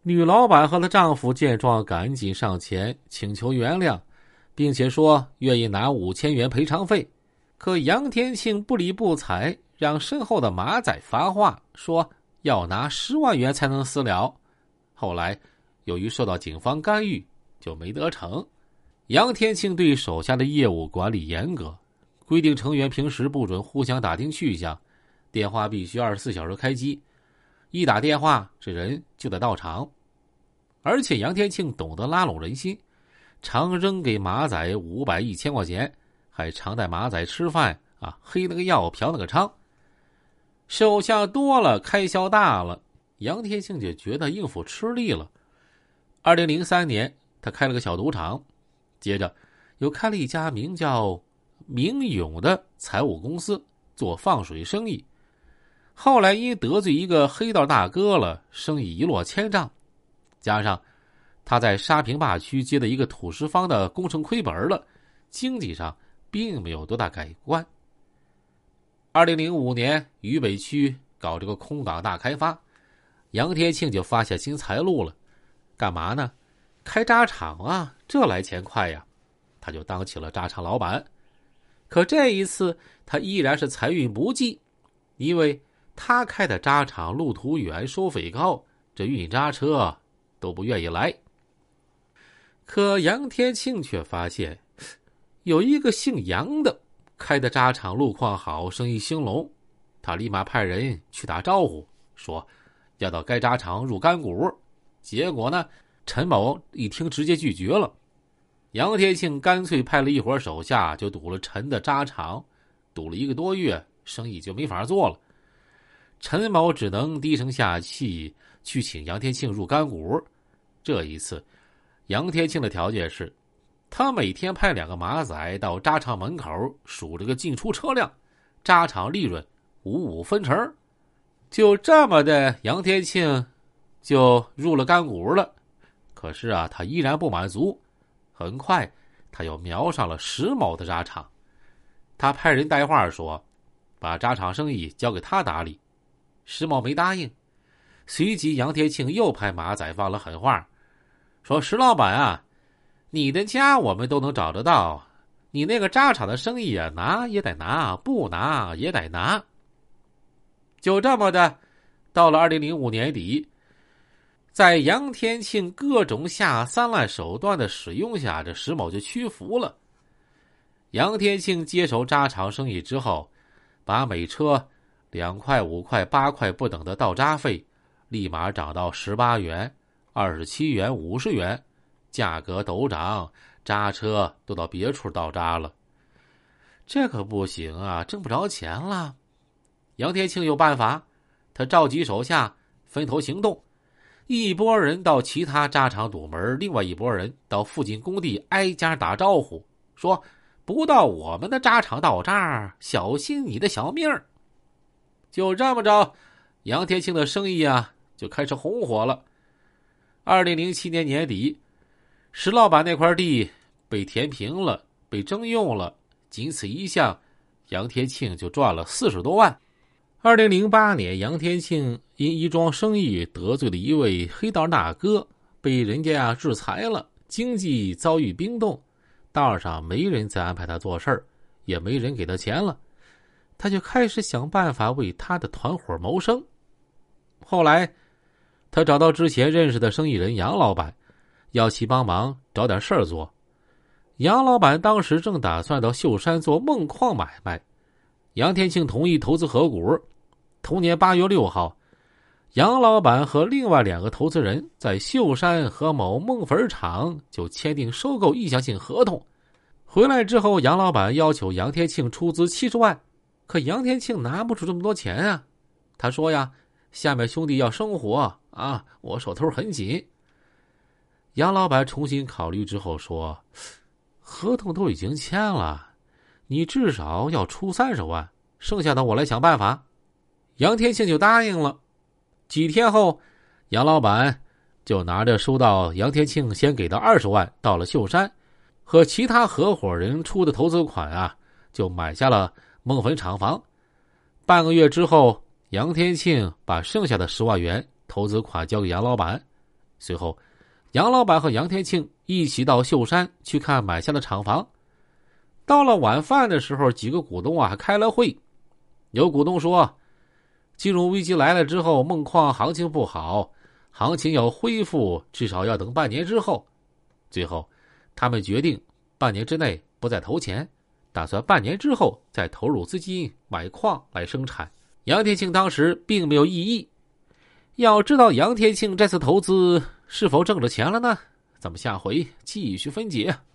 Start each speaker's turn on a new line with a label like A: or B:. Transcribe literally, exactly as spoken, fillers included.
A: 女老板和她丈夫见状赶紧上前请求原谅，并且说愿意拿五千元赔偿费。可杨天庆不理不睬，让身后的马仔发话说要拿十万元才能私了。后来由于受到警方干预，就没得逞。杨天庆对手下的业务管理严格，规定成员平时不准互相打听去向，电话必须二十四小时开机，一打电话这人就得到场。而且杨天庆懂得拉拢人心，常扔给马仔五百一千块钱，还常带马仔吃饭啊，黑那个药嫖那个娼。手下多了，开销大了，杨天庆就觉得应付吃力了。二零零三年他开了个小赌场，接着又开了一家名叫明永的财务公司，做放水生意。后来因得罪一个黑道大哥了，生意一落千丈，加上他在沙坪坝区接的一个土石方的工程亏本了，经济上并没有多大改观。二零零五年渝北区搞这个空港大开发，杨天庆就发现新财路了。干嘛呢？开渣厂啊，这来钱快呀，他就当起了渣厂老板。可这一次他依然是财运不济，因为他开的渣厂路途远，收费高，这运渣车都不愿意来。可杨天庆却发现有一个姓杨的开的渣厂路况好，生意兴隆，他立马派人去打招呼，说要到该渣厂入干股。结果呢，陈某一听直接拒绝了。杨天庆干脆派了一伙手下就堵了陈的渣厂，堵了一个多月，生意就没法做了。陈某只能低声下气去请杨天庆入干股。这一次杨天庆的条件是，他每天派两个马仔到渣厂门口数这个进出车辆，渣厂利润五五分成。就这么的，杨天庆就入了干股了。可是啊，他依然不满足，很快他又瞄上了石某的渣厂。他派人带话说把渣厂生意交给他打理，石某没答应。随即杨天庆又派马仔放了狠话，说石老板啊，你的家我们都能找得到，你那个渣厂的生意啊，拿也得拿，不拿也得拿。就这么的，到了二零零五年底，在杨天庆各种下三滥手段的使用下，这石某就屈服了。杨天庆接手渣厂生意之后，把每车两块、五块、八块不等的倒渣费立马涨到十八元、二十七元、五十元，价格陡涨，渣车都到别处倒渣了。这可不行啊，挣不着钱了。杨天庆有办法，他召集手下分头行动，一拨人到其他渣厂堵门，另外一拨人到附近工地挨家打招呼，说不到我们的渣厂倒渣，小心你的小命儿。就这么着，杨天庆的生意啊就开始红火了。二零零七年年底，石老板那块地被填平了，被征用了，仅此一项，杨天庆就赚了四十多万。二零零八年，杨天庆因一桩生意得罪了一位黑道大哥，被人家啊制裁了，经济遭遇冰冻，道上没人再安排他做事儿，也没人给他钱了，他就开始想办法为他的团伙谋生。后来他找到之前认识的生意人杨老板，要其帮忙找点事儿做。杨老板当时正打算到秀山做锰矿买卖，杨天庆同意投资合股。同年八月六号，杨老板和另外两个投资人在秀山和某锰粉厂就签订收购意向性合同。回来之后，杨老板要求杨天庆出资七十万，可杨天庆拿不出这么多钱啊。他说呀，下面兄弟要生活啊，我手头很紧。杨老板重新考虑之后说，合同都已经签了，你至少要出三十万，剩下的我来想办法。杨天庆就答应了。几天后，杨老板就拿着收到杨天庆先给的二十万，到了秀山，和其他合伙人出的投资款啊，就买下了锰粉厂房。半个月之后，杨天庆把剩下的十万元投资款交给杨老板， 随后，杨老板和杨天庆一起到秀山去看买下的厂房。到了晚饭的时候，几个股东啊还开了会。有股东说，金融危机来了之后，锰矿行情不好，行情要恢复至少要等半年之后。最后，他们决定半年之内不再投钱，打算半年之后再投入资金买矿来生产。杨天庆当时并没有异议。要知道杨天庆这次投资是否挣着钱了呢？咱们下回继续分解。